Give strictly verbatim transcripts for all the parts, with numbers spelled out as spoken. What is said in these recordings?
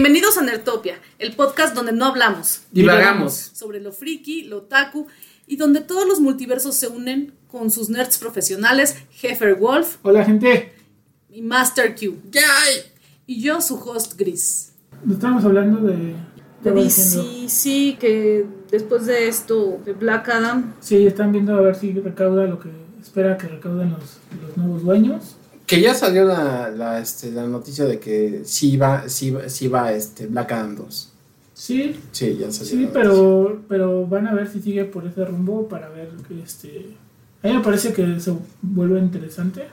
Bienvenidos a Nerdtopia, el podcast donde no hablamos, divagamos sobre lo friki, lo otaku y donde todos los multiversos se unen con sus nerds profesionales, Heifer Wolf. Hola, gente. Y Master Q. ¡Yay! Y yo, su host Gris. Estamos hablando de... De D C, sí, que después de esto, de Black Adam. Sí, están viendo a ver si recauda lo que espera que recauden los, los nuevos dueños. Que ya salió la, la, este, la noticia de que sí va, sí, sí va este, Black Adam dos. Sí. Sí, ya salió. Sí, pero, pero van a ver si sigue por ese rumbo para ver que este... A mí me parece que se vuelve interesante.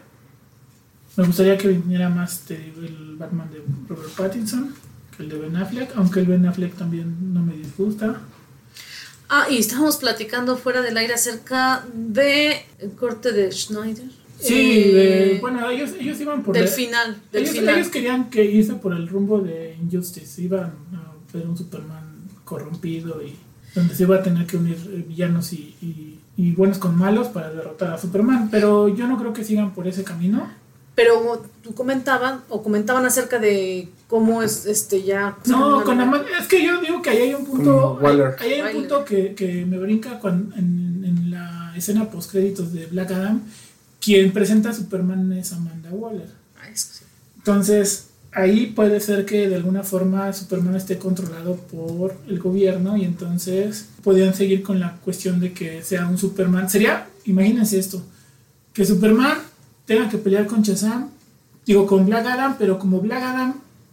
Me gustaría que viniera más te digo, el Batman de Robert Pattinson que el de Ben Affleck, aunque el Ben Affleck también no me disgusta. Ah, y estábamos platicando fuera del aire acerca de el corte de Schneider. Sí, eh, de, bueno, ellos, ellos iban por... Del el, final, del ellos, final. ellos querían que irse por el rumbo de Injustice. Iban a ver un Superman corrompido y donde se iba a tener que unir villanos y, y, y buenos con malos para derrotar a Superman. Pero yo no creo que sigan por ese camino. Pero tú comentaban o comentaban acerca de cómo es este ya. No, con la, es que yo digo que ahí hay un punto. Ahí, ahí hay un Waller. punto que, que me brinca cuando, en, en la escena post créditos de Black Adam. Quien presenta a Superman es Amanda Waller. Ay, es que sí. Entonces, ahí puede ser que de alguna forma Superman esté controlado por el gobierno y entonces podrían seguir con la cuestión de que sea un Superman. Sería, imagínense esto, que Superman tenga que pelear con Shazam, digo con Black Adam, pero como Black Adam,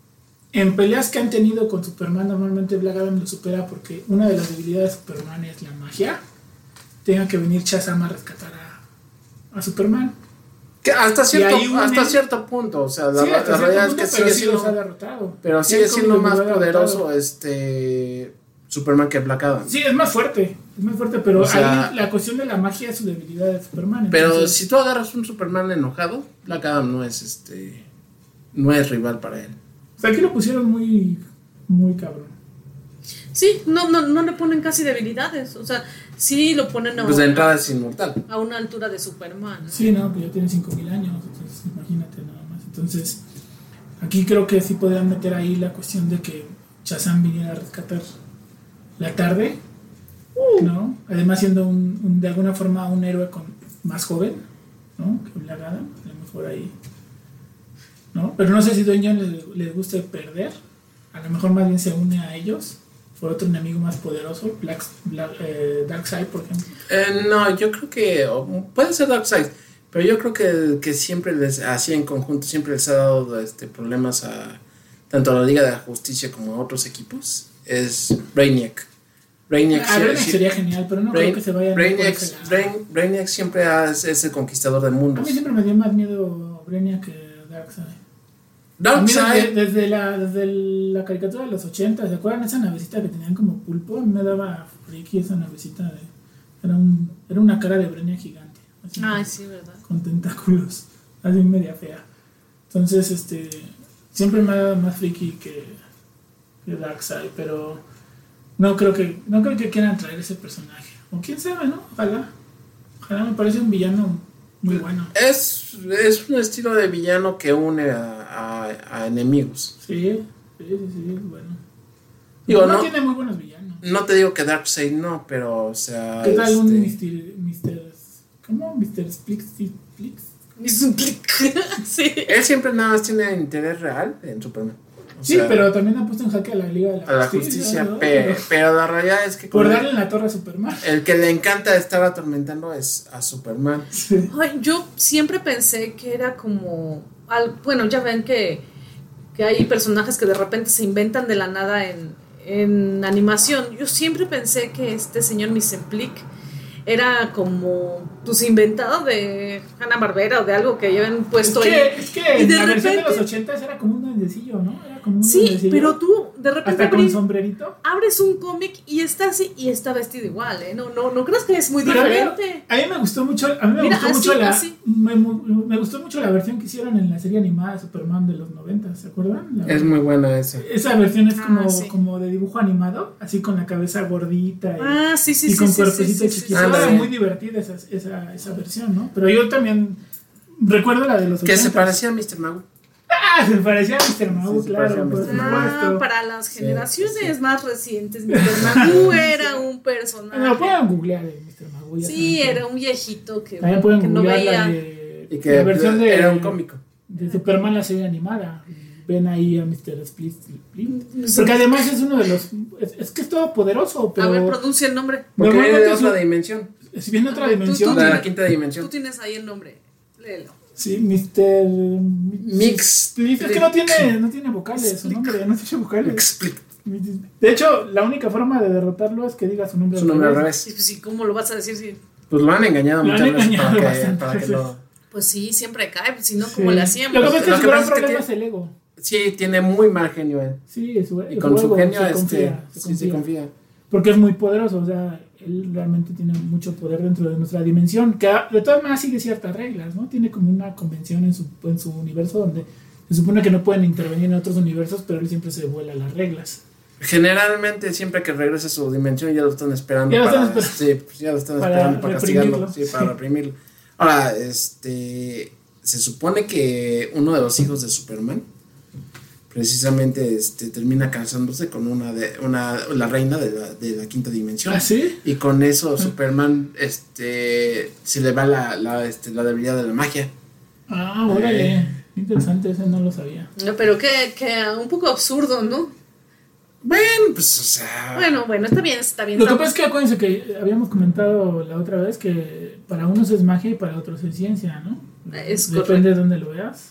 en peleas que han tenido con Superman, normalmente Black Adam lo supera porque una de las debilidades de Superman es la magia, tenga que venir Shazam a rescatar a, a Superman. Que hasta cierto, unen, hasta cierto punto, o sea, la, sí, la realidad punto, es que sigue sí siendo, los ha derrotado. pero sigue siendo más poderoso este Superman que Black Adam. Sí, es más fuerte, es más fuerte, pero o sea, ahí la cuestión de la magia es su debilidad de Superman. Pero entonces, si tú agarras un Superman enojado, Black Adam no es este, no es rival para él. O sea, aquí lo pusieron muy, muy cabrón. Sí, no, no, no le ponen casi debilidades, o sea, sí lo ponen a, pues de entrada es inmortal. A una altura de Superman, ¿no? Sí, no, pues ya tiene cinco mil años, entonces imagínate nada más. Entonces, aquí creo que sí podrían meter ahí la cuestión de que Shazam viniera a rescatar la tarde, ¿no? Además siendo un, un, de alguna forma un héroe con, más joven, ¿no? Que Black Adam, a lo mejor ahí, ¿no? Pero no sé si Dwayne Johnson les, les guste perder, a lo mejor más bien se une a ellos por otro enemigo más poderoso, Black, Black, eh, Darkseid, por ejemplo. Eh, no, yo creo que puede ser Darkseid, pero yo creo que, que siempre les, así en conjunto, siempre les ha dado este, problemas a tanto a la Liga de la Justicia como a otros equipos. Es Brainiac. Brainiac, ah, Brainiac sí, sería genial, pero no Brain, creo que se vaya Brainiac, Brain, Brainiac siempre es, es el conquistador de mundos. A mí siempre me dio más miedo Brainiac que Darkseid. Darkseid. Desde, desde, la, desde la caricatura de los ochenta, ¿se acuerdan esa navecita que tenían como pulpo? A mí me daba friki esa navecita. De, era, un, era una cara de Brainiac gigante. Así Ay, con, sí, verdad. Con tentáculos, así media fea. Entonces, este, siempre me ha dado más friki que, que Darkseid, pero no creo que no creo que quieran traer ese personaje. O quién sabe, ¿no? Ojalá. Ojalá, me parece un villano muy bueno. Es, es un estilo de villano que une a, a, a enemigos. Sí, sí, sí, sí, bueno. Digo, no, no tiene muy buenos villanos. No te digo que Darkseid no, pero o sea. ¿Qué tal este... un mister mister ¿Cómo? mister Splix Splix? Sí. Él siempre nada más tiene interés real en Superman. O sí, sea, pero también ha puesto en jaque a la Liga de la a la Justicia. justicia, ¿no? pero, pero, pero la realidad es que. Por darle en la torre a Superman. El que le encanta estar atormentando es a Superman. Sí. Ay, yo siempre pensé que era como. Al, bueno, ya ven que, que hay personajes que de repente se inventan de la nada en, en animación. Yo siempre pensé que este señor Mixemplic era como pues inventado de Hanna-Barbera o de algo que habían puesto es que, ahí. Es que y de la repente, versión de los ochentas era como un duendecillo, ¿no? Era como un sí, duendecillo. pero tú de repente hasta abres, con sombrerito. abres un cómic y está así y está vestido igual, ¿eh? No, no, no crees que es muy pero diferente. A mí, a mí me gustó mucho, a mí me Mira, gustó así, mucho la así. me, me gustó mucho la versión que hicieron en la serie animada de Superman de los noventa, ¿se acuerdan? La, es muy buena esa. Esa versión es como, ah, sí. como de dibujo animado, así con la cabeza gordita y, ah, sí, sí, y sí, con sí, cuerpecito sí, sí, chiquito. sí, sí, Era sí. muy divertida esa, esa, esa versión, ¿no? Pero yo también recuerdo la de los Que ochentas. se parecía a mister Magoo. Ah, Ah, se parecía a míster Magoo, Sí, se parecía claro. a Por míster Ah, supuesto. para las Sí, generaciones sí, sí. más recientes, míster Magoo era un personaje. Bueno, pueden googlear de míster Magoo. ya Sí, saben que- era un viejito que, También pueden que no googlear veía. la de. Y que la versión de. era un cómico. De Superman, la serie animada. Ven ahí a míster Split. Split. Porque además es uno de los. Es, es que es todo poderoso, pero. A ver, pronuncia el nombre. Porque viene de normalmente otra es- dimensión. Si viene otra A ver, tú- dimensión. tú De la tienes- quinta dimensión. Tú tienes ahí el nombre. Léelo. Sí, míster Mix. Split. Es que no tiene, no tiene vocales. Su nombre no tiene vocales. Explica. De hecho, la única forma de derrotarlo es que diga su nombre. Su nombre al Sí, revés. pues sí, ¿cómo lo vas a decir? Si... Pues lo han engañado Lo han muchas veces engañado para que, bastantes para que veces. lo. Pues sí, siempre cae, pues, si no, Sí. ¿cómo le hacíamos? Lo que pasa es que Lo su que gran pasa es que problema tiene- es el ego. Sí, tiene muy mal genio él. Sí, su, Y con su ego genio, se este. confía, se Sí, se confía. Porque es muy poderoso, o sea, él realmente tiene mucho poder dentro de nuestra dimensión, que de todas maneras sigue ciertas reglas, ¿no? Tiene como una convención en su, en su universo donde se supone que no pueden intervenir en otros universos, pero él siempre se vuela las reglas. Generalmente, siempre que regresa a su dimensión, ya lo están esperando Ya lo para. están esper- sí, pues ya lo están para esperando para castigarlo. reprimirlo. Sí, para reprimirlo. Ahora, este. Se supone que uno de los hijos de Superman, precisamente, este, termina casándose con una de. una la reina de la, de la quinta dimensión. ¿Ah, sí? Y con eso Superman este se le va la, la, este, la debilidad de la magia. Ah, órale, Eh. interesante, ese no lo sabía. No, pero que, que un poco absurdo, ¿no? Bueno, pues o sea. Bueno, bueno, está bien, está bien. Lo que estamos- pasa es que acuérdense que habíamos comentado la otra vez que para unos es magia y para otros es ciencia, ¿no? Es Depende de dónde lo veas.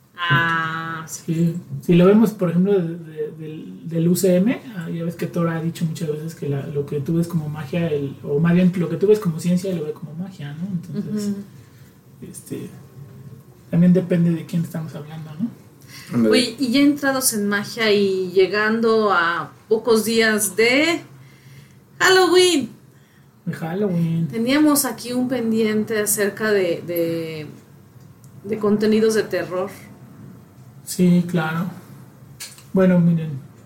Ah, sí. Sí. Si lo vemos, por ejemplo, de- de- del, del U C M, ah, ya ves que Thor ha dicho muchas veces que la- lo que tú ves como magia, el, o más bien lo que tú ves como ciencia, él lo ve como magia, ¿no? Entonces, Ujú. este, también depende de quién estamos hablando, ¿no? Ándale. Oye, y ya entrados en magia y llegando a pocos días de Halloween, De Halloween. teníamos aquí un pendiente acerca de, de, de contenidos de terror. Sí, claro. Bueno, miren,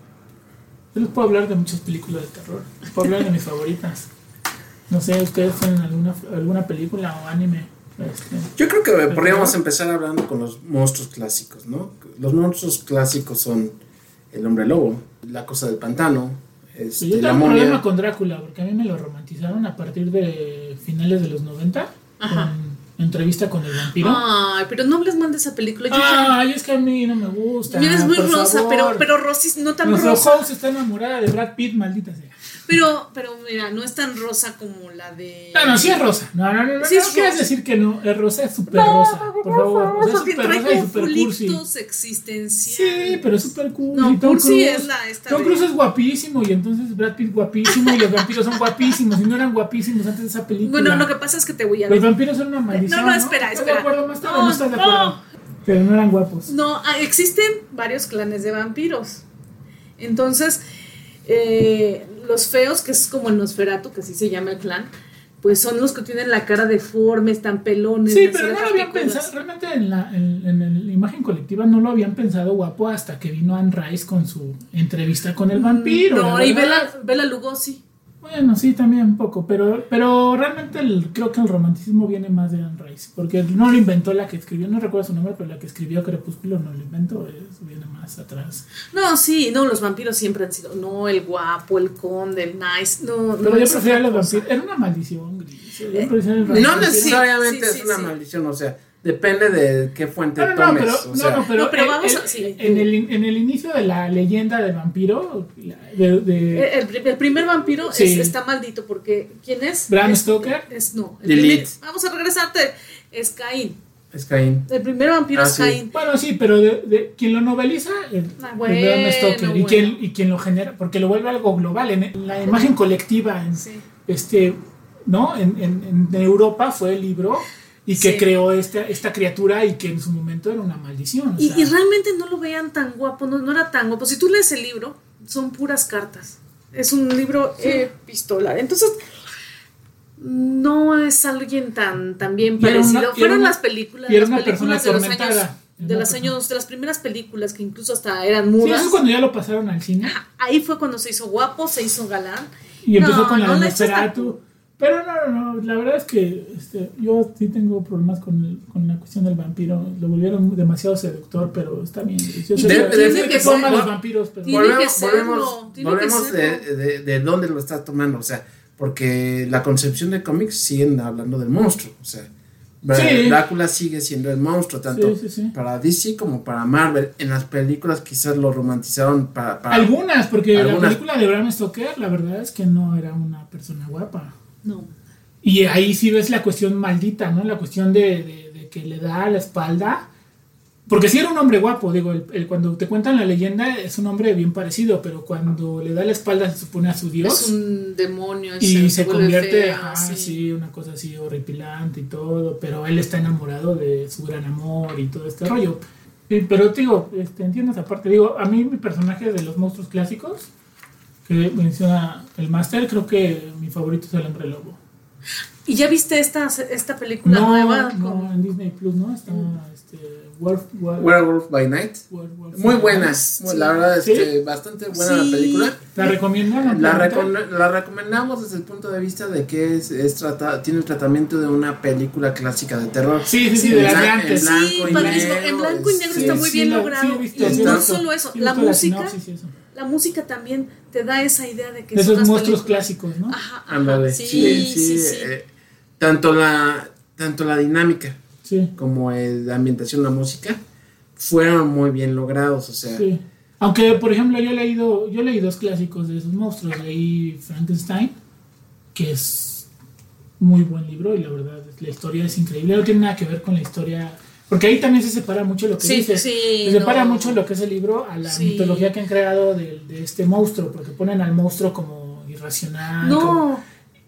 yo les puedo hablar de muchas películas de terror. Les puedo hablar de mis favoritas. No sé, ¿ustedes tienen alguna, alguna película o anime? Este, Yo creo que podríamos empezar hablando con los monstruos clásicos, ¿no? Los monstruos clásicos son el hombre lobo, la cosa del pantano, este, yo la tengo un problema momia. con Drácula, porque a mí me lo romantizaron a partir de finales de los noventa, Ajá. con Entrevista con el vampiro. Ay, pero no hables mal de esa película. Yo ya- Ay, es que a mí no me gusta. y eres muy por rosa, favor. pero, pero Rosy no tan Nuestro rosa. host está enamorada de Brad Pitt, maldita sea. Pero, pero mira, no es tan rosa como la de. No, no, sí es rosa. No, no, no, no, Sí no es quieres rosa. decir que no. Es rosa, es súper rosa. Por favor. O sea, es Porque súper trae rosa y súper cursi. conflictos existenciales. Sí, pero es súper cursi. No, Tom cursi Cruise- es la esta Tom de- Cruise es guapísimo y entonces Brad Pitt guapísimo y los vampiros son guapísimos y no eran guapísimos antes de esa película. Bueno, lo que pasa es que te voy a Los decir. vampiros son una maldición. No, no, espera, ¿Estás espera. de acuerdo más tarde? No, No, estás de no. acuerdo. Pero no eran guapos. No, ah, existen varios clanes de vampiros. Entonces, eh, los feos, que es como el Nosferatu, que así se llama el clan, pues son los que tienen la cara deforme, están pelones. Sí, las pero no lo orejas habían picudas. pensado, realmente en la, en, en la imagen colectiva no lo habían pensado guapo hasta que vino Anne Rice con su entrevista con el vampiro. No, la y verdad. Bela, Bela Lugosi. Bueno, sí, también un poco, pero, pero realmente el- creo que el romanticismo viene más de Anne Rice, porque no lo inventó la que escribió, no recuerdo su nombre, pero la que escribió Crepúsculo no lo inventó, eso viene más atrás. No, sí, no, los vampiros siempre han sido, no, el guapo, el conde, el nice, no, Pero no yo es prefería otra los cosa. vampiros, era una maldición, Gris. Yo Eh, prefería los No vampiros. necesariamente Sí, sí, es una sí. maldición, o sea, depende de qué fuente No, no, no, tomes. pero, o sea, no, no, pero, No, pero el- vamos el- a- sí. en, el, in- en el inicio de la leyenda del vampiro, la- de, de El, el- el primer vampiro Sí. es- está maldito porque ¿quién es? Bram Es- Stoker. Es, no, el Lilith. primer- vamos a regresarte. Es Caín. es Caín. El primer vampiro Ah, es sí. Caín. Bueno, sí, pero de, de- quien lo noveliza es Ah, es bueno, Bram Stoker. Y, bueno. quien, y quien lo genera, porque lo vuelve algo global. En, en la imagen colectiva, en, Sí. este, ¿no? En, en- en Europa fue el libro y que Sí. creó esta, esta criatura y que en su momento era una maldición. o Y, sea. y realmente no lo vean tan guapo, no, no era tan guapo. Si tú lees el libro, son puras cartas. Es un libro epistolar. Entonces, no es alguien tan, tan bien Y era una- parecido. y era Fueron una- las películas, y era las una películas de persona los años, atormentada. Era de una los persona- años, de las primeras películas que incluso hasta eran Sí, mudas. eso es cuando ya lo pasaron al cine. Ahí fue cuando se hizo guapo, se hizo galán. Y empezó No, con la no de le eches Nosferatu. Pero no, no, no, la verdad es que este, yo sí tengo problemas con, el, con la cuestión del vampiro. Lo volvieron demasiado seductor, pero está bien. Yo sé Debe- que, debe sé que que ser- toma los vol- vampiros, pero... Tiene que Volvemos, serlo, volvemos, tiene que volvemos de, serlo. de, de dónde lo estás tomando, o sea, porque la concepción de cómics siguen hablando del monstruo, o sea, Sí. Drácula sigue siendo el monstruo, tanto Sí, sí, sí. para D C como para Marvel. En las películas quizás lo romantizaron para... para Algunas, porque Algunas. la película de Bram Stoker, la verdad es que no era una persona guapa. No. Y ahí sí ves la cuestión maldita, ¿no? La cuestión de, de, de que le da la espalda. Porque sí era un hombre guapo, digo, el, el- cuando te cuentan la leyenda es un hombre bien parecido, pero cuando le da la espalda se supone a su dios. Es un demonio. Y ese, se vuelve convierte, feo, ajá, sí. sí, una cosa así horripilante y todo, pero él está enamorado de su gran amor y todo este rollo. Sí, pero te digo, este, entiendo esa parte. Digo, a mí mi personaje de los monstruos clásicos, que menciona el Máster, creo que mi favorito es el Hombre Lobo. ¿Y ya viste esta, esta película No, nueva? no, Con- en Disney Plus, ¿no? Está este, Wolf, Wolf, Werewolf by Night. Wolf- Wolf- Muy buena, Sí. muy- la verdad es ¿Sí? que bastante buena Sí. la película. ¿La recomiendan? La, ampliamente? recom- la recomendamos desde el punto de vista de que es, es trata- tiene el tratamiento de una película clásica de terror. Sí, sí, sí, Sí, de en las de blan- antes. en blanco Sí, y padrísimo. negro, En blanco y negro este, está muy bien la- logrado. he visto, Y sí, he no visto. solo eso, Sí, he la visto la música, sinopsis y eso. la música también te da esa idea de que De son esos las monstruos películas. clásicos, ¿no? Ajá, ajá. Ándale, Sí, sí, sí, sí, sí. eh, tanto la tanto la dinámica Sí. como el- la ambientación, la música fueron muy bien logrados, o sea, Sí. Aunque, por ejemplo, yo he leído, yo leí dos clásicos de esos monstruos. Leí Frankenstein, que es muy buen libro y la verdad la historia es increíble. No tiene nada que ver con la historia, porque ahí también se separa mucho lo que Sí, dices. sí, Se separa no. mucho lo que es el libro a la Sí. mitología que han creado de, de este monstruo, porque ponen al monstruo como irracional. como- No,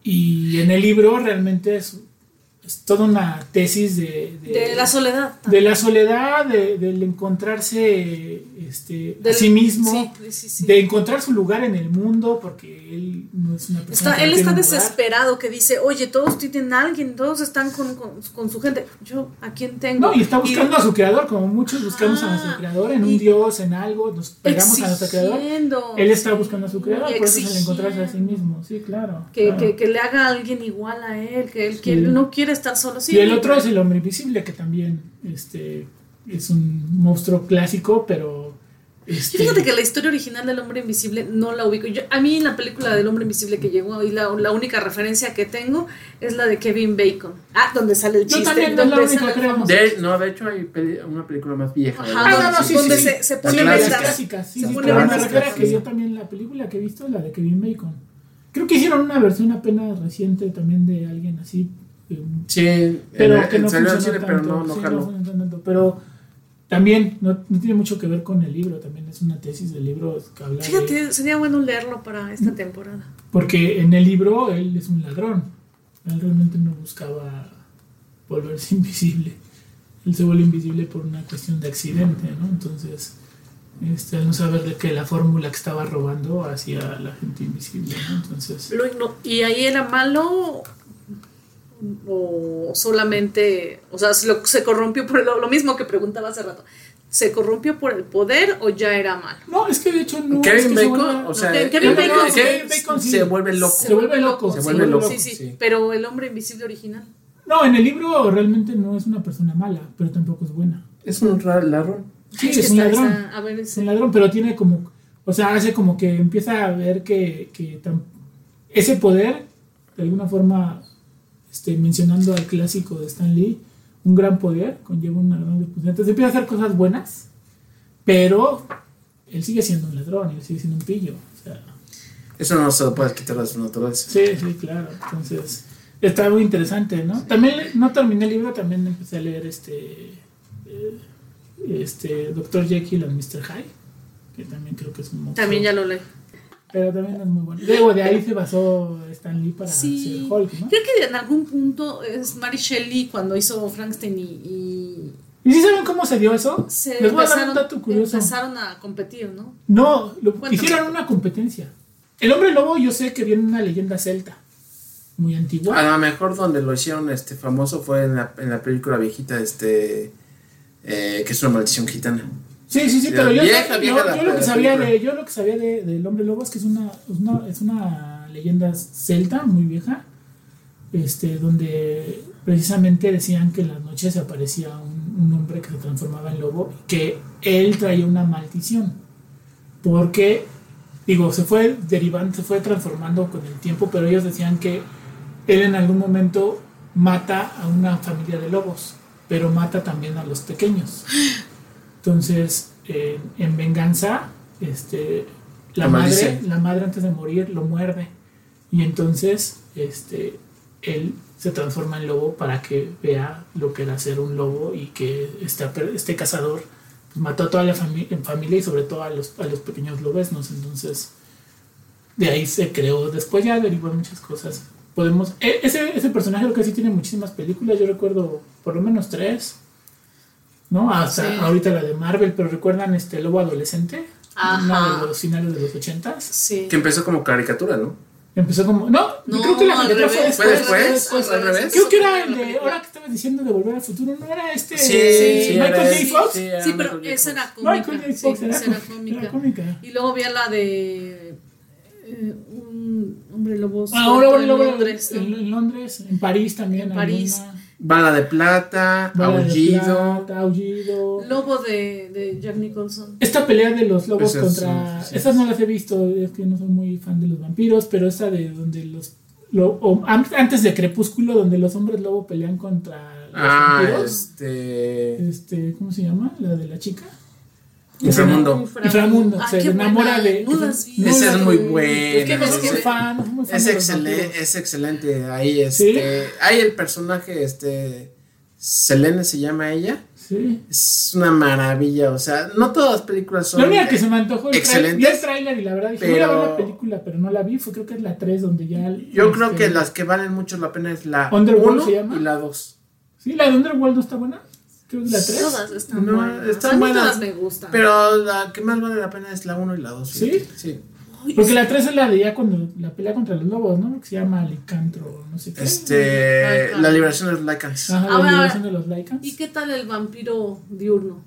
y en el libro realmente es, es toda una tesis de, de, de la soledad. de la soledad, de, del encontrarse este, a Del- sí mismo, sí, sí, sí. de encontrar su lugar en el mundo, porque él no es una persona Está, que él no está tiene un lugar. desesperado, que dice, oye, todos tienen a alguien, todos están con, con, con su gente. Yo, ¿a quién tengo? No, y está buscando a su creador, como muchos buscamos a Ah, nuestro creador, en un y- dios, en algo, nos pegamos a nuestro creador. Exigiendo, Él está sí, buscando a su creador, y por eso es el encontrarse a sí exigiendo. mismo, sí, claro. Que, claro. que, que le haga a alguien igual a él, que él Sí. quiere, no quiere estar solo. Sí, Y el otro pero- es el hombre invisible, que también este, es un monstruo clásico, pero... Este, Y fíjate que la historia original del Hombre Invisible no la ubico. Yo, a mí en la película del Hombre Invisible que llegó y la, la única referencia que tengo es la de Kevin Bacon. Ah, donde sale el Yo chiste. también no es la donde única, sale el creo. famoso- de, no, de hecho hay peli- una película más vieja. Ajá, ¿verdad? Ah, no, no, sí, donde sí, se, sí. se Las pone Las clásicas. vendas. clásicas, sí, Se sí, pone pero me vendas. refiero a que Sí. yo también la película que he visto es la de Kevin Bacon. Creo que hicieron una versión apenas reciente también de alguien así, eh, Sí, pero en- que no salió en funcionó cine, pero tanto, no, no sí, jaló. no funcionó tanto, pero también no, no tiene mucho que ver con el libro, también es una tesis del libro que habla de... Fíjate, sería bueno leerlo para esta temporada. Porque en el libro él es un ladrón. Él realmente no buscaba volverse invisible. Él se vuelve invisible por una cuestión de accidente, ¿no? Entonces, este, al no saber de que la fórmula que estaba robando hacía a la gente invisible, ¿no? Entonces, Lo igno- ¿Y ahí era malo o solamente, o sea, se, lo- se corrompió por lo, lo mismo que preguntaba hace rato? ¿Se corrompió por el poder o ya era malo? no, es que de hecho no. Kevin es que se Bacon, vuelve- o sea, Kevin Kevin Bacon, Bacon, sí. Kevin Bacon, sí. se vuelve loco. Se vuelve loco, se sí, vuelve loco, Sí, sí, sí. pero el Hombre Invisible original. No, en el libro realmente no es una persona mala, pero tampoco es buena. Es un ra- ladrón. Sí, que es un está- ladrón. está- a ver, Es ese- un ladrón, pero tiene como, o sea, hace como que empieza a ver que, que tam- ese poder, de alguna forma, este, mencionando al clásico de Stan Lee, un gran poder conlleva una gran responsabilidad. Entonces empieza a hacer cosas buenas, pero él sigue siendo un ladrón, él sigue siendo un pillo. O sea, Eso no se lo puedes quitar de su naturaleza. sí, sí, claro. Entonces, está muy interesante, ¿no? También le- no terminé el libro, también empecé a leer este, eh, este doctor Jekyll and mister Hyde, que también creo que es un monstruo. También ya lo leí. Pero también es muy bueno. Luego de ahí se basó Stan Lee para Sí. hacer Hulk, ¿no? Creo que en algún punto es Mary Shelley cuando hizo Frankenstein y, y ¿Y si saben cómo se dio eso? se Les voy a dar un empezaron, dato curioso. empezaron a competir, ¿no? No, lo, Cuéntame. hicieron una competencia. El hombre lobo yo sé que viene de una leyenda celta, muy antigua. A lo mejor donde lo hicieron este famoso fue en la, en la película viejita, este eh, que es una maldición gitana. Sí, sí, sí, Sí, pero yo, vieja, yo- vieja yo la- lo que la sabía película. de, yo lo que sabía de, del hombre lobo es que es una, es una, es una leyenda celta muy vieja, este, donde precisamente decían que en las noches se aparecía un, un hombre que se transformaba en lobo, que él traía una maldición, porque, digo, se fue derivando, se fue transformando con el tiempo, pero ellos decían que él en algún momento mata a una familia de lobos, pero mata también a los pequeños. Entonces, eh, en venganza, este, la, la madre, la madre antes de morir lo muerde, y entonces, este, él se transforma en lobo para que vea lo que era ser un lobo, y que este, este cazador pues, mató a toda la fami- familia y sobre todo a los, a los pequeños lobeznos. Entonces, de ahí se creó. Después ya derivó muchas cosas. Podemos, ese, ese personaje lo que sí tiene muchísimas películas. Yo recuerdo por lo menos tres, ¿no? Hasta sí. Ahorita la de Marvel, pero ¿recuerdan este Lobo Adolescente? Ajá. Una de los finales de los ochentas. Sí. Que empezó como caricatura, ¿no? Empezó como. No, no creo que la caricatura fue después. ¿Fue después? ¿Al revés? Creo que era el de. Ahora que estabas diciendo de Volver al Futuro, ¿no era este? Sí, sí, Michael J. Fox. Sí, sí, pero esa era cómica. Michael J. Fox sí, era, era, cómica. era cómica. Y luego había la de. Eh, un hombre lobo. Ahora, en luego, Londres. En, en Londres, en París también. En París. Alguna. Bala de plata, Bala aullido. De plata, aullido. Lobo de, de Jack Nicholson. Esta pelea de los lobos Esas contra. sí, sí, Esas sí. no las he visto, es que no soy muy fan de los vampiros, pero esta de donde los. Lo, o, antes de Crepúsculo, donde los hombres lobo pelean contra los Ah, vampiros. este. Este, ¿cómo se llama? La de la chica. Inframundo. Inframundo. Ah, se qué enamora buena. de. No las vi. no Ese las es muy vi. bueno. Es que no soy muy Ese- fan, no soy muy fan Es de los excelente, vampiros. es excelente. Ahí este. Ahí el personaje, este. Selene se llama ella. Sí. Es una maravilla. O sea, no todas las películas son. La única que se me antojó el excelentes, tra- vi el tráiler y la verdad dije, voy a ver pero- la película, pero no la vi. Fue creo que es la tres donde ya. Yo este, creo que las que valen mucho la pena es la Underworld uno se llama. y la dos. Sí, la de Underworld no está buena. Creo que es la tres. Todas están No, buenas. están A mí buenas, todas me gustan. Pero la que más vale la pena es la uno y la dos. ¿Sí? Sí. Ay, Porque la tres es la de ya cuando la pelea contra los lobos, ¿no? Que se llama Licantro, no sé qué. Este. Lycans. La liberación de los Lycans. Ajá, Ahora, la liberación de los Lycans. ¿Y qué tal el vampiro diurno?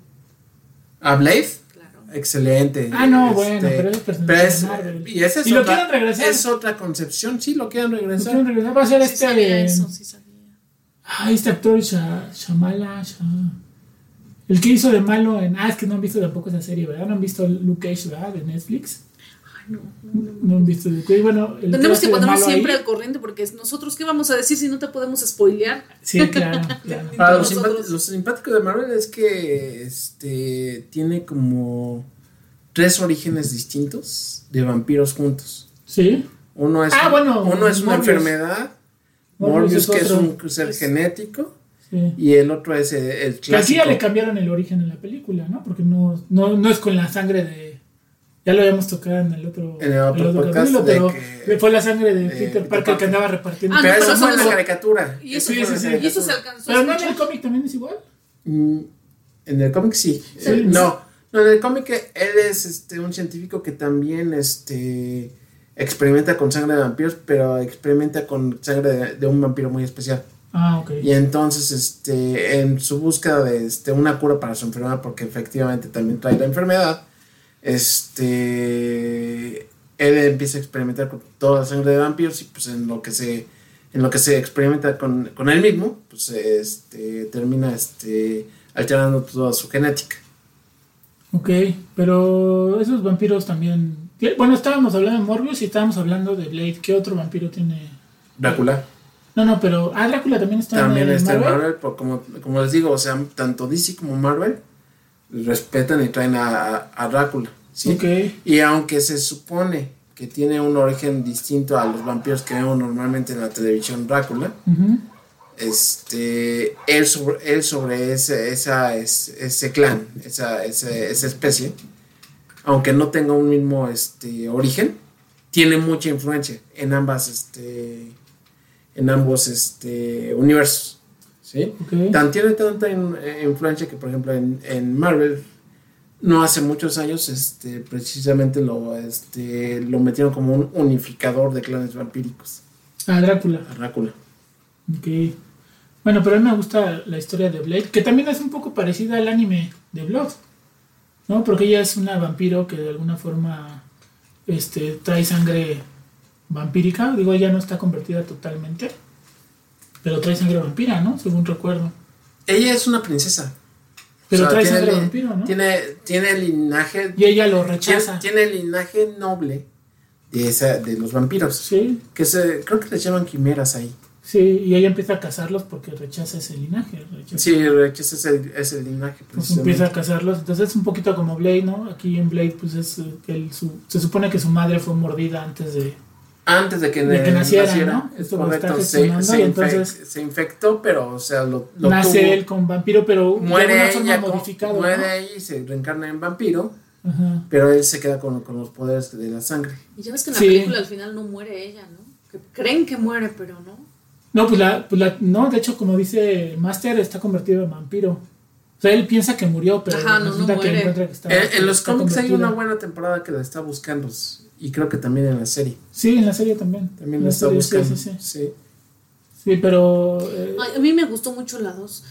¿A Blade? Claro. Excelente. Ah, no, Este, bueno, pero es personaje pero es- de Marvel. Y esa es Y lo otra, quieren regresar. es otra concepción, sí, lo quieren ¿Por regresar. qué no regresar? Va a ser Sí este. sabía eso, sí sabía. Ay, este actor Sha- Shamala. Sha- el que hizo de malo en. Ah, es que no han visto tampoco esa serie, ¿verdad? No han visto Luke Cage, ¿verdad? De Netflix. Ay, no, no, no. No han visto Luke Cage. Bueno, el Tenemos hace que de ponernos malo siempre ahí. al corriente porque nosotros, ¿qué vamos a decir si no te podemos spoilear? Sí, claro, claro. Para los, Nosotros- simpáticos, los simpáticos de Marvel es que este tiene como tres orígenes distintos de vampiros juntos. Sí. Uno es, Ah, bueno, uno es una Morbius. enfermedad, Morbius Morbius, es que es otro. un ser genético, Sí. y el otro es el, el Que aquí ya clásico. le cambiaron el origen en la película, ¿no? Porque no, no, no es con la sangre de. Ya lo habíamos tocado en el otro, En el otro podcast capítulo, de pero que- fue la sangre de de Peter Peter Parker que Parker. andaba repartiendo. Ah, Pero no, eso pero fue eso en la no- caricatura. Y eso, Sí, sí, sí. y eso se alcanzó Pero a no en el escuchar. cómic también es igual. Mm, En el cómic sí. Sí. Eh, no, no, en el cómic él es este un científico que también este experimenta con sangre de vampiros, pero experimenta con sangre de, de un vampiro muy especial. Ah, ok. Y entonces este en su búsqueda de este una cura para su enfermedad, porque efectivamente también trae la enfermedad, este él empieza a experimentar con toda la sangre de vampiros, y pues en lo que se en lo que se experimenta con, con él mismo, pues este termina este alterando toda su genética. Ok, pero esos vampiros también. Bueno, estábamos hablando de Morbius y estábamos hablando de Blade. ¿Qué otro vampiro tiene? Drácula No, no, pero. Ah, Drácula también está también en está en Marvel. Marvel, por- como, como les digo, o sea, tanto D C como Marvel respetan y traen a, a, a Drácula, ¿sí? Ok. Y aunque se supone que tiene un origen distinto a los vampiros que vemos normalmente en la televisión, Drácula, Ujú. este, él sobre, él sobre ese, esa, es- ese clan, esa, ese- esa especie, aunque no tenga un mismo este, origen, tiene mucha influencia en ambas, este, en ambos este, universos, ¿sí? Ok. Tan, tiene tanta in- eh, influencia que, por ejemplo, en, en Marvel, no hace muchos años, este, precisamente lo, este, lo metieron como un unificador de clanes vampíricos, Ah, Drácula. a Drácula. Ok. Bueno, pero a mí me gusta la historia de Blade, que también es un poco parecida al anime de Blood, ¿no? Porque ella es una vampiro que de alguna forma este, trae sangre vampírica. Digo, ella no está convertida totalmente, Pero trae sangre vampira, ¿no? Según recuerdo. Ella es una princesa. Pero O sea, trae tiene sangre li- vampiro, ¿no? Tiene, tiene linaje. Y ella lo Tiene, rechaza. tiene el linaje noble de, esa, de los vampiros. Sí, Que se, creo que les llaman quimeras ahí. sí, y ella empieza a cazarlos porque rechaza ese linaje. Rechaza. Sí, rechaza ese, ese linaje. Pues empieza a cazarlos. Entonces es un poquito como Blade, ¿no? Aquí en Blade, pues es eh, que él, su, se supone que su madre fue mordida antes de, Antes de que, de que naciera, naciera, ¿no? es Esto lo correcto. está Se, gestionando se, y infec- entonces se infectó, pero, o sea, lo, lo nace tuvo. él con vampiro, pero Muere de una forma ella, con- modificada. muere ella y se reencarna en vampiro, ¿no? Ajá. pero él se queda con, con los poderes de la sangre. Y ya ves que en la Sí. película al final no muere ella, ¿no? Que creen que muere, pero no. No, pues la, pues la, no, de hecho, como dice Master, está convertido en vampiro. O sea, él piensa que murió, pero Ajá, no, no resulta que muere. encuentra que está. En, en los está cómics hay convertido. una buena temporada que la está buscando, y creo que también en la serie. Sí, en la serie también. También En la está serie, buscando. Sí, sí, sí. Sí. Sí, pero. eh, Ay, a mí me gustó mucho la dos.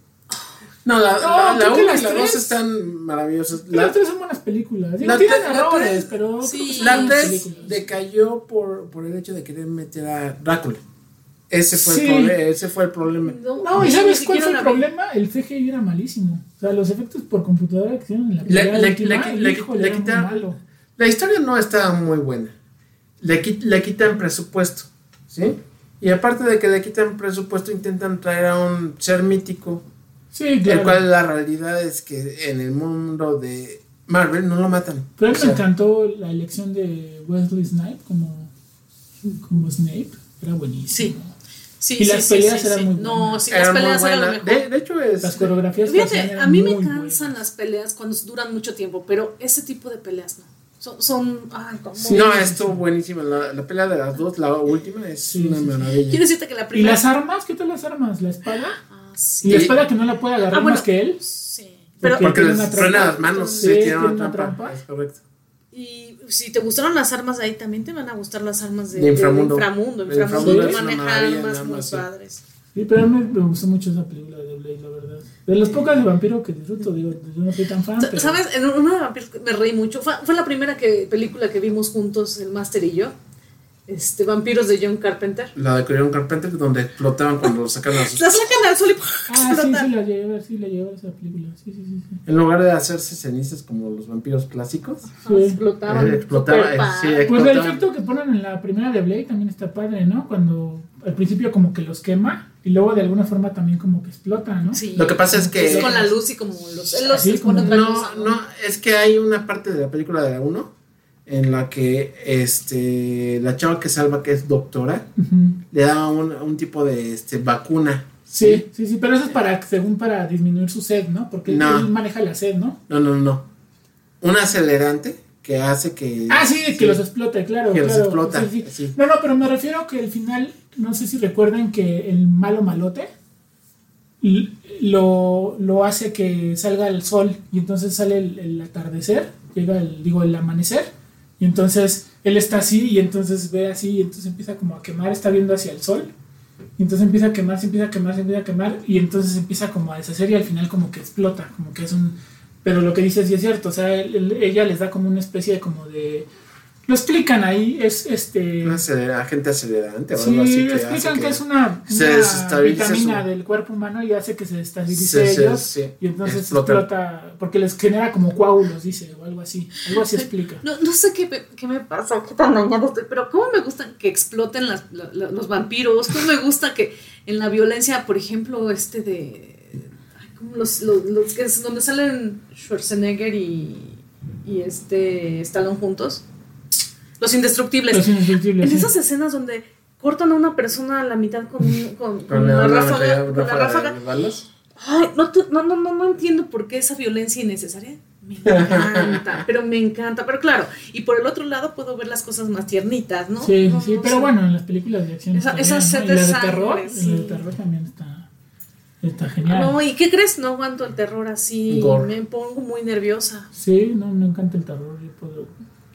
No, la, No, la, la creo que uno y las la dos tres- están maravillosas. las La, tres son buenas películas. Digo, la tienen tre- la errores, tres- pero. sí, creo que son la buenas tres películas. decayó por, por el hecho de querer meter a Drácula. Ese fue, Sí. el, proble- ese fue el problema. No, ¿y ni sabes cuál siquiera fue el la vi. problema? El C G I era malísimo. O sea, los efectos por computadora que hicieron en la Le- película le- última, le- le- híjole, le era muy quitaron- malo. La historia no está muy buena. Le, qui- le quitan presupuesto, ¿sí? Y aparte de que le quitan presupuesto, intentan traer a un ser mítico, Sí, claro. el cual la realidad es que en el mundo de Marvel no lo matan. Pero a mí O sea, me encantó la elección de Wesley Snipes como, como Snape. Era buenísimo. Sí. Sí, Y sí, las sí, peleas sí, eran sí. muy No, buenas. sí, las era muy peleas eran lo buena. mejor. De, de hecho, es. Las coreografías que hacían Fíjate, eran a mí me muy cansan buenas. las peleas cuando duran mucho tiempo, pero ese tipo de peleas no. Son, son ay, como... Sí. No, estuvo buenísima. La, la pelea de las dos, la última, es Sí, una sí, sí. maravilla. Quiero decirte que la ¿Y primera... las armas? ¿Qué tal las armas? ¿La espada? Ah, ¿Y sí. la espada que no la puede agarrar Ah, bueno. más que él? Sí. Pero, Porque Porque tiene les una truena trampa. las manos, Sí, sí, tiene tiene una una trampa. trampa. Es correcto. y si te gustaron las armas de ahí, también te van a gustar las armas de, De inframundo. de inframundo. De Inframundo inframundo es una maneja maravilla, armas nada muy más, sí. padres. Sí, pero a mí me gustó mucho esa película de Blade, la verdad. De las pocas de vampiro que disfruto, digo, yo no soy tan fan. Pero... ¿Sabes? En una de vampiros me reí mucho. Fue, fue la primera que, película que vimos juntos, el Master y yo. Este, Vampiros de John Carpenter. La de John Carpenter, donde explotaban cuando lo sacan a sus. La sacan al sol y ¡pum! Ah, sí, explota. sí, la llevé a ver, sí, la llevé a ver esa película. Sí, sí, sí. sí. En lugar de hacerse cenizas como los vampiros clásicos, Sí. Explotaban. Eh, explotaba, Súper eh, padre. sí, Pues el explotaban. efecto que ponen en la primera de Blade también está padre, ¿no? Cuando al principio como que los quema y luego de alguna forma también como que explota, ¿no? Sí. Lo que pasa es que- con la luz y como los. Él los Así pone como- otra No, cosa, no, es que hay una parte de la película de la uno en la que este la chava que salva, que es doctora, Ujú. le da un, un tipo de este vacuna. Sí, sí, sí, pero eso es para, según para disminuir su sed, ¿no? Porque No. él maneja la sed, ¿no? No, no, no. Un acelerante que hace que. Ah, sí, de que los explote, claro. Que los claro, explota, sí, sí. sí. No, no, pero me refiero que al final, no sé si recuerdan que el malo malote l- lo, lo hace que salga el sol y entonces sale el, el atardecer, llega el, digo, el amanecer, y entonces él está así y entonces ve así y entonces empieza como a quemar, está viendo hacia el sol. Y entonces empieza a quemar, se empieza a quemar, se empieza a quemar y entonces empieza como a deshacer y al final como que explota, como que es un... Pero lo que dice sí es cierto, o sea, él- él- ella les da como una especie de como de... Lo explican ahí, es este... Un aceler- agente acelerante o Sí, algo así que hace explican que, que es una, se una desestabiliza vitamina su- del cuerpo humano y hace que se desestabilice Se- se- ellos sí, y entonces explota. explota, porque les genera como coágulos, dice, o algo así, algo así explica. No, no sé qué, me- qué me pasa, qué tan dañado estoy, pero cómo me gustan que exploten las, la- la- los vampiros, cómo me gusta que en la violencia, por ejemplo, este de... ay, como los, los, los que es donde salen Schwarzenegger y, y este Stallone juntos. Los indestructibles. Los indestructibles, En sí. esas escenas donde cortan a una persona a la mitad con, un- con, con con una la ráfaga, con la ráfaga ráfaga. de balas. Ay, no, te- no, no, no, no entiendo por qué esa violencia innecesaria. Me encanta, pero me encanta. Pero claro, y por el otro lado puedo ver las cosas más tiernitas, ¿no? Sí, No, sí, no pero sé. bueno, en las películas de acción Esa- está esa bien, sed ¿no? de Y la de sangre, terror, y la de sí. terror también está, está genial. No, ¿y qué crees? No aguanto el terror así. Gore. Me pongo muy nerviosa. Sí, no, me encanta el terror, yo puedo...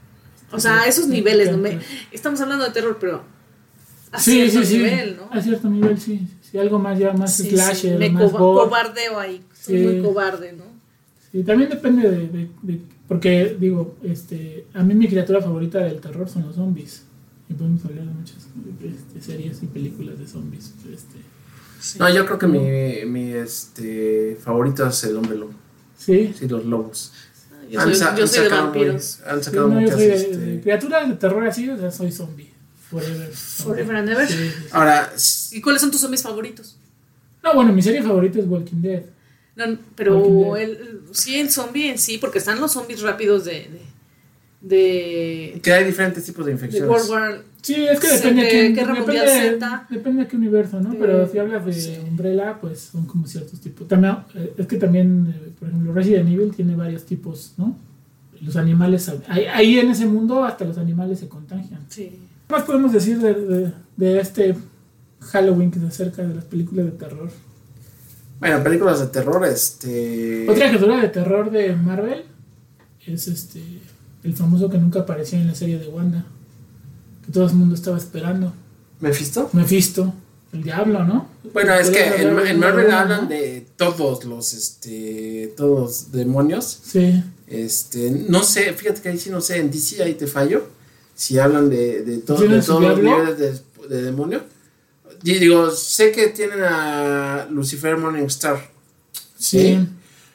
O sea, a esos Me niveles, ¿no? encanta. Me, estamos hablando de terror, pero a Sí, cierto sí, sí, nivel, ¿no? a cierto nivel, sí, sí, algo más ya más Sí, sí, slasher, me más coba- gore. cobardeo ahí. Soy Sí. muy cobarde, ¿no? Sí, también depende de, de- de- porque digo, este, a mí mi criatura favorita del terror son los zombies. Y podemos hablar de muchas este, series y películas de zombies. Este, Sí. No, yo creo que mi, mi este, favorito es el hombre lobo. Sí. Sí, los lobos. Yo soy, sa- yo soy de sacado muy- vampiros. han Sí, sacado no, yo muchas. soy de, este, de criaturas de terror así, o sea, soy zombie. Forever. Forever and ever. Sí, sí, sí. Ahora, s- ¿Y cuáles son tus zombies favoritos? No, bueno, mi serie favorita es Walking Dead. No, Walking pero Dead. el, el- sí, el zombie en sí, porque están los zombies rápidos de. de, de, que hay diferentes tipos de de infecciones. World War. Sí, es que Se- depende de de quién, Guerra depende, Mundial Z. depende de qué universo, ¿no? De- Pero si hablas de sí. Umbrella, pues son como ciertos tipos. También, eh, es que también, eh, por ejemplo, Resident Evil tiene varios tipos, ¿no? Los animales, ahí, ahí en ese mundo hasta los animales se contagian. Sí. ¿Qué más podemos decir de, de, de este Halloween que se acerca de las películas de terror? Bueno, películas de terror, este. Otra criatura de terror de Marvel es este el famoso que nunca aparecía en la serie de Wanda, que todo el mundo estaba esperando. ¿Mephisto? Mephisto, el diablo, ¿no? Bueno, es que Podrías en, hablar de en una Marvel broma, hablan ¿no? de todos los, este, todos los demonios. Sí. Este, no sé, fíjate que ahí sí no sé, en D C ahí te fallo. Si hablan de, de, to- ¿Tienen de su todos los diablo? niveles de, de demonio. Y digo, sé que tienen a Lucifer Morningstar. Sí. Sí.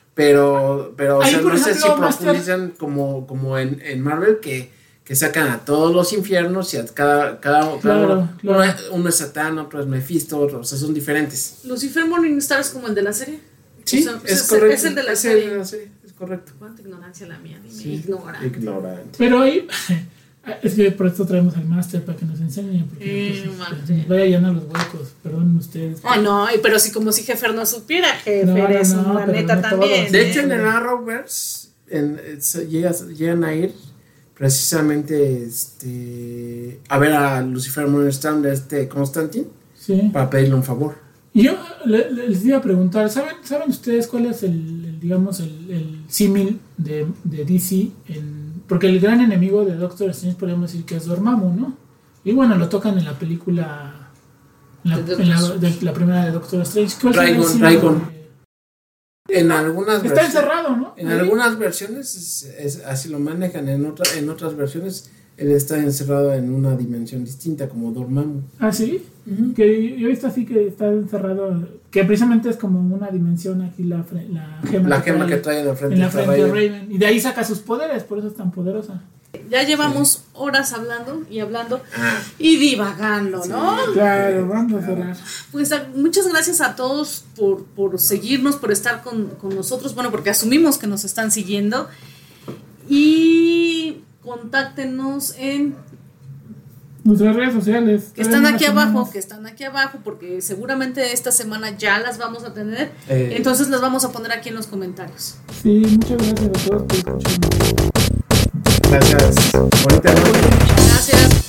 Pero, pero o Ahí, sea, por no sé ejemplo, si Master- profundizan como, como en, en Marvel que, que sacan a todos los infiernos y a cada, cada, cada Claro, uno, claro. uno es- uno es Satán, otro es Mephisto, otro, o sea, son diferentes. Lucifer Morningstar es como el de la serie. Sí, O sea, es, es- correcto. es el de la es el serie. de la serie, es correcto. Cuánta ignorancia la mía, dime, Sí, ignora. ignorante. Pero ahí, es que por esto traemos al máster para que nos enseñe, porque Eh, pues, máster. nos vaya a llenar los huecos, perdón ustedes. Ay, no, ay, pero si como si Jefer no supiera, Jefer No, no, es no, una pero neta no también. todos. De ¿eh? hecho, en el Arrowverse en, es- llegas- llegan a ir precisamente este, a ver a Lucifer Morningstar de este Constantine Sí. para pedirle un favor. Y yo le- le- les iba a preguntar, ¿saben, ¿saben ustedes cuál es el, el, digamos, el, el símil de, de D C? En, porque el gran enemigo de Doctor Strange podríamos decir que es Dormammu, ¿no? Y bueno, lo tocan en la película, en la, De en la, Doctor- de la primera de Doctor Strange. ¿Cuál sería el Trigon, símil Trigon. de- En algunas Está versiones- encerrado, ¿no? En Ahí. algunas versiones es- es- así lo manejan, en, otra, en otras versiones él está encerrado en una dimensión distinta como Dormammu. Ah, sí. Que yo he visto así que está encerrado, que precisamente es como una dimensión aquí la, fre- la gema, La gema que trae en la frente en la está frente de Raven. Raven. Y de ahí saca sus poderes, por eso es tan poderosa. Ya llevamos horas hablando y hablando Ah. y divagando, ¿no? Claro, vamos a cerrar. Pues a- muchas gracias a todos por, por seguirnos, por estar con, con nosotros, bueno, porque asumimos que nos están siguiendo. Y contáctenos en Nuestras redes sociales. que están Todavía aquí no las abajo, tenemos. que están aquí abajo, porque seguramente esta semana ya las vamos a tener. Eh. Entonces las vamos a poner aquí en los comentarios. Sí, muchas gracias a todos por escucharnos. Gracias. Bonita noche. Gracias.